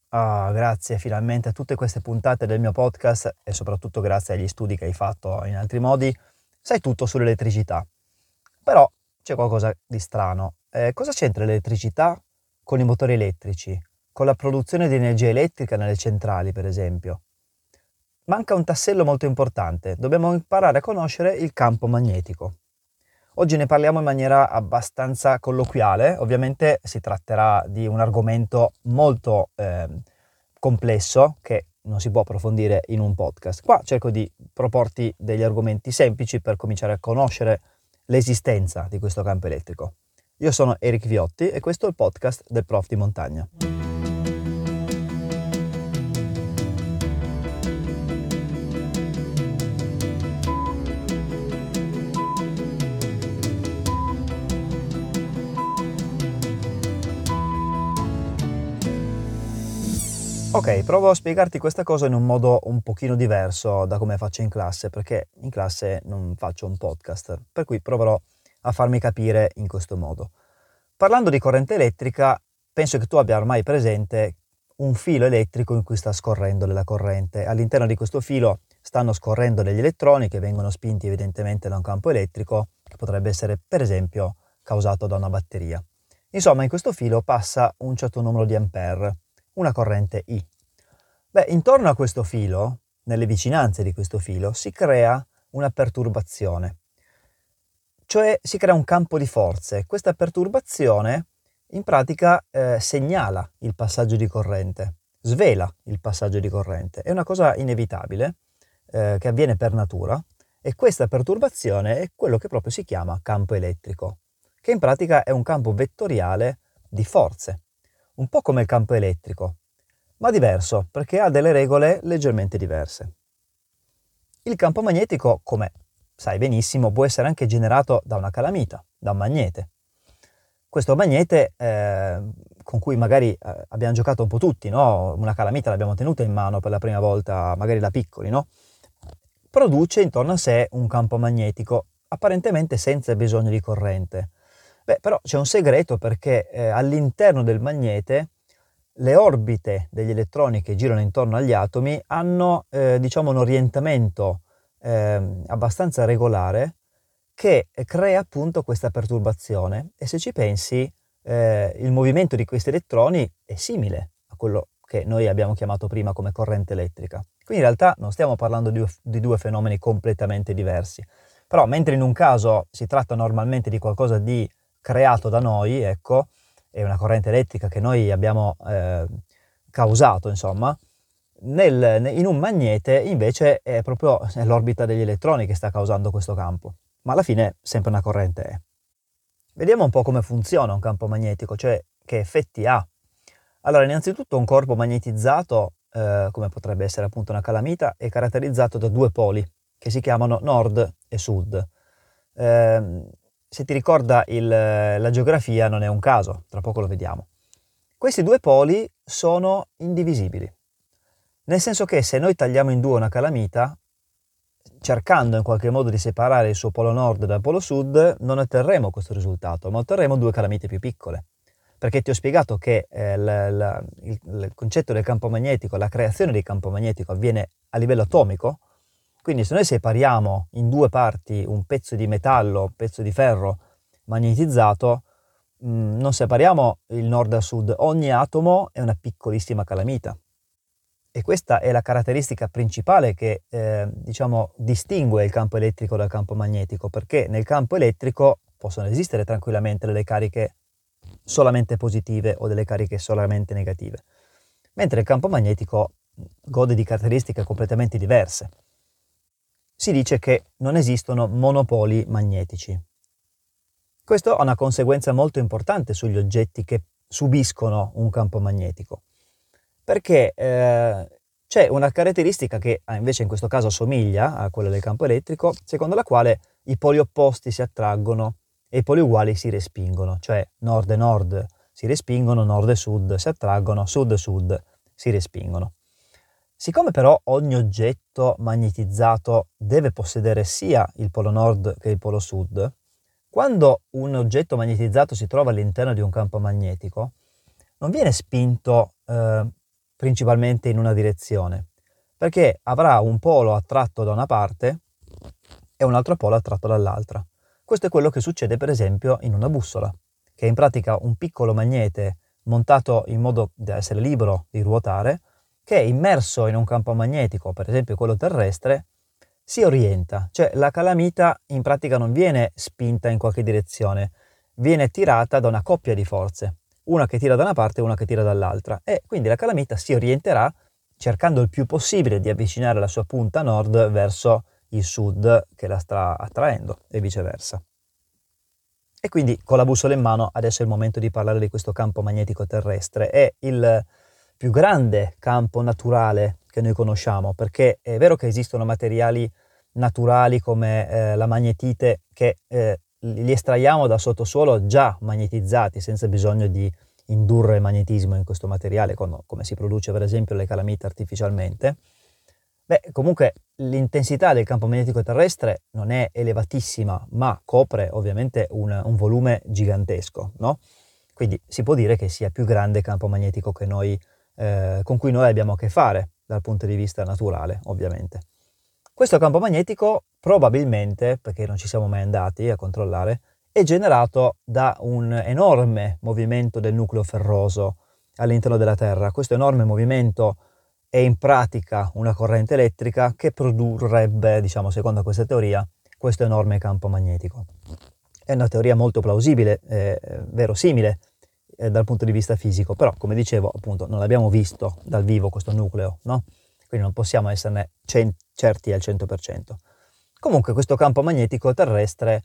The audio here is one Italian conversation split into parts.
Grazie finalmente a tutte queste puntate del mio podcast e soprattutto grazie agli studi che hai fatto in altri modi, sai tutto sull'elettricità. Però c'è qualcosa di strano. Cosa c'entra l'elettricità con i motori elettrici? Con la produzione di energia elettrica nelle centrali, per esempio? Manca un tassello molto importante. Dobbiamo imparare a conoscere il campo magnetico. Oggi ne parliamo in maniera abbastanza colloquiale, ovviamente si tratterà di un argomento molto complesso che non si può approfondire in un podcast. Qua cerco di proporti degli argomenti semplici per cominciare a conoscere l'esistenza di questo campo elettrico. Io sono Eric Viotti e questo è il podcast del Prof di Montagna. Ok, provo a spiegarti questa cosa in un modo un pochino diverso da come faccio in classe, perché in classe non faccio un podcast, per cui proverò a farmi capire in questo modo. Parlando di corrente elettrica, penso che tu abbia ormai presente un filo elettrico in cui sta scorrendo della corrente. All'interno di questo filo stanno scorrendo degli elettroni che vengono spinti evidentemente da un campo elettrico, che potrebbe essere per esempio causato da una batteria. Insomma, in questo filo passa un certo numero di ampere, una corrente I. Intorno a questo filo, nelle vicinanze di questo filo, si crea una perturbazione, cioè si crea un campo di forze. Questa perturbazione in pratica segnala il passaggio di corrente, svela il passaggio di corrente. È una cosa inevitabile che avviene per natura e questa perturbazione è quello che proprio si chiama campo elettrico, che in pratica è un campo vettoriale di forze, un po' come il campo elettrico, ma diverso perché ha delle regole leggermente diverse. Il campo magnetico, come sai benissimo, può essere anche generato da una calamita, da un magnete. Questo magnete con cui magari abbiamo giocato un po' tutti, no? Una calamita l'abbiamo tenuta in mano per la prima volta, magari da piccoli, no? Produce intorno a sé un campo magnetico, apparentemente senza bisogno di corrente. Però c'è un segreto perché all'interno del magnete le orbite degli elettroni che girano intorno agli atomi hanno un orientamento abbastanza regolare che crea appunto questa perturbazione e se ci pensi il movimento di questi elettroni è simile a quello che noi abbiamo chiamato prima come corrente elettrica. Quindi in realtà non stiamo parlando di due fenomeni completamente diversi, però mentre in un caso si tratta normalmente di qualcosa di creato da noi, ecco, è una corrente elettrica che noi abbiamo causato, insomma, in un magnete invece è proprio l'orbita degli elettroni che sta causando questo campo, ma alla fine sempre una corrente è. Vediamo un po' come funziona un campo magnetico, cioè che effetti ha. Allora, innanzitutto un corpo magnetizzato, come potrebbe essere appunto una calamita, è caratterizzato da due poli che si chiamano nord e sud. Se ti ricorda la geografia non è un caso, tra poco lo vediamo. Questi due poli sono indivisibili, nel senso che se noi tagliamo in due una calamita, cercando in qualche modo di separare il suo polo nord dal polo sud, non otterremo questo risultato, ma otterremo due calamite più piccole. Perché ti ho spiegato che il concetto del campo magnetico, la creazione del campo magnetico avviene a livello atomico, quindi se noi separiamo in due parti un pezzo di metallo, un pezzo di ferro magnetizzato, non separiamo il nord dal sud, ogni atomo è una piccolissima calamita. E questa è la caratteristica principale che distingue il campo elettrico dal campo magnetico, perché nel campo elettrico possono esistere tranquillamente delle cariche solamente positive o delle cariche solamente negative, mentre il campo magnetico gode di caratteristiche completamente diverse. Si dice che non esistono monopoli magnetici. Questo ha una conseguenza molto importante sugli oggetti che subiscono un campo magnetico, perché c'è una caratteristica che invece in questo caso assomiglia a quella del campo elettrico, secondo la quale i poli opposti si attraggono e i poli uguali si respingono, cioè nord e nord si respingono, nord e sud si attraggono, sud e sud si respingono. Siccome però ogni oggetto magnetizzato deve possedere sia il polo nord che il polo sud, quando un oggetto magnetizzato si trova all'interno di un campo magnetico, non viene spinto principalmente in una direzione, perché avrà un polo attratto da una parte e un altro polo attratto dall'altra. Questo è quello che succede per esempio in una bussola, che è in pratica un piccolo magnete montato in modo da essere libero di ruotare, che è immerso in un campo magnetico, per esempio quello terrestre, si orienta, cioè la calamita in pratica non viene spinta in qualche direzione, viene tirata da una coppia di forze, una che tira da una parte e una che tira dall'altra, e quindi la calamita si orienterà cercando il più possibile di avvicinare la sua punta nord verso il sud che la sta attraendo e viceversa. E quindi con la bussola in mano adesso è il momento di parlare di questo campo magnetico terrestre. È il più grande campo naturale che noi conosciamo, perché è vero che esistono materiali naturali come la magnetite che li estraiamo da sottosuolo già magnetizzati senza bisogno di indurre magnetismo in questo materiale, come si produce per esempio le calamite artificialmente. Comunque l'intensità del campo magnetico terrestre non è elevatissima, ma copre ovviamente un volume gigantesco, no? Quindi si può dire che sia più grande campo magnetico che con cui noi abbiamo a che fare dal punto di vista naturale, ovviamente. Questo campo magnetico probabilmente, perché non ci siamo mai andati a controllare, è generato da un enorme movimento del nucleo ferroso all'interno della Terra. Questo enorme movimento è in pratica una corrente elettrica che produrrebbe, diciamo, secondo questa teoria, questo enorme campo magnetico. È una teoria molto plausibile, verosimile dal punto di vista fisico, però come dicevo appunto non l'abbiamo visto dal vivo questo nucleo, no? Quindi non possiamo esserne certi al 100%. Comunque questo campo magnetico terrestre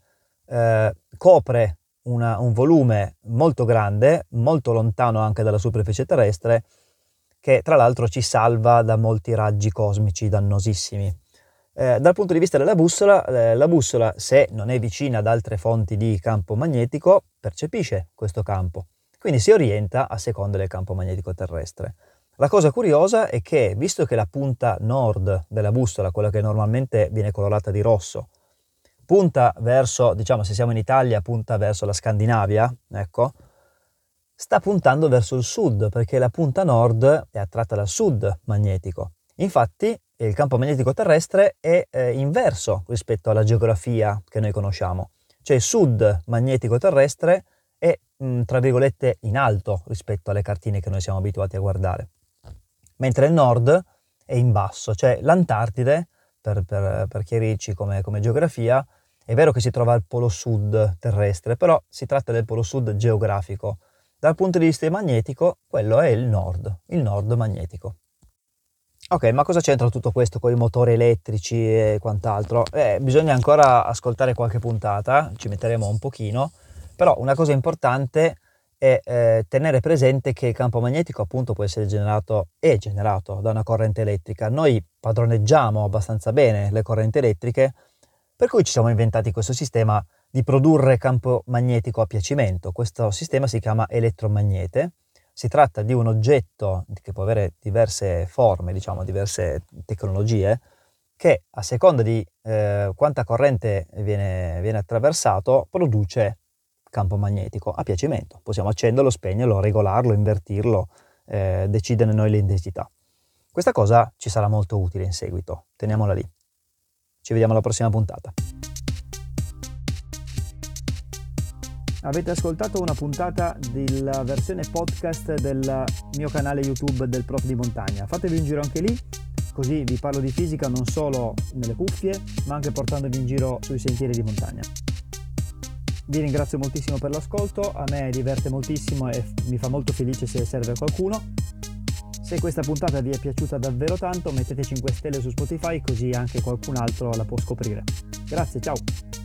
copre un volume molto grande, molto lontano anche dalla superficie terrestre, che tra l'altro ci salva da molti raggi cosmici dannosissimi. Dal punto di vista della bussola, la bussola, se non è vicina ad altre fonti di campo magnetico, percepisce questo campo, quindi si orienta a seconda del campo magnetico terrestre. La cosa curiosa è che, visto che la punta nord della bussola, quella che normalmente viene colorata di rosso, punta verso, diciamo se siamo in Italia, punta verso la Scandinavia, ecco, sta puntando verso il sud, perché la punta nord è attratta dal sud magnetico. Infatti il campo magnetico terrestre è inverso rispetto alla geografia che noi conosciamo, cioè il sud magnetico terrestre è, tra virgolette, in alto rispetto alle cartine che noi siamo abituati a guardare, mentre il nord è in basso, cioè l'Antartide, per chiarirci come geografia, è vero che si trova al polo sud terrestre, però si tratta del polo sud geografico. Dal punto di vista magnetico, quello è il nord magnetico. Ok, ma cosa c'entra tutto questo con i motori elettrici e quant'altro? Bisogna ancora ascoltare qualche puntata, ci metteremo un pochino, però una cosa importante è tenere presente che il campo magnetico appunto può essere generato da una corrente elettrica. Noi padroneggiamo abbastanza bene le correnti elettriche, per cui ci siamo inventati questo sistema di produrre campo magnetico a piacimento. Questo sistema si chiama elettromagnete. Si tratta di un oggetto che può avere diverse forme, diciamo, diverse tecnologie, che a seconda di quanta corrente viene attraversato produce campo magnetico a piacimento. Possiamo accenderlo, spegnerlo, regolarlo, invertirlo, decidere noi l'intensità. Questa cosa ci sarà molto utile in seguito, teniamola lì. Ci vediamo alla prossima puntata. Avete ascoltato una puntata della versione podcast del mio canale YouTube del Prof di Montagna. Fatevi un giro anche lì, così vi parlo di fisica non solo nelle cuffie, ma anche portandovi in giro sui sentieri di montagna. Vi ringrazio moltissimo per l'ascolto, a me diverte moltissimo e mi fa molto felice se serve a qualcuno. Se questa puntata vi è piaciuta davvero tanto, mettete 5 stelle su Spotify così anche qualcun altro la può scoprire. Grazie, ciao!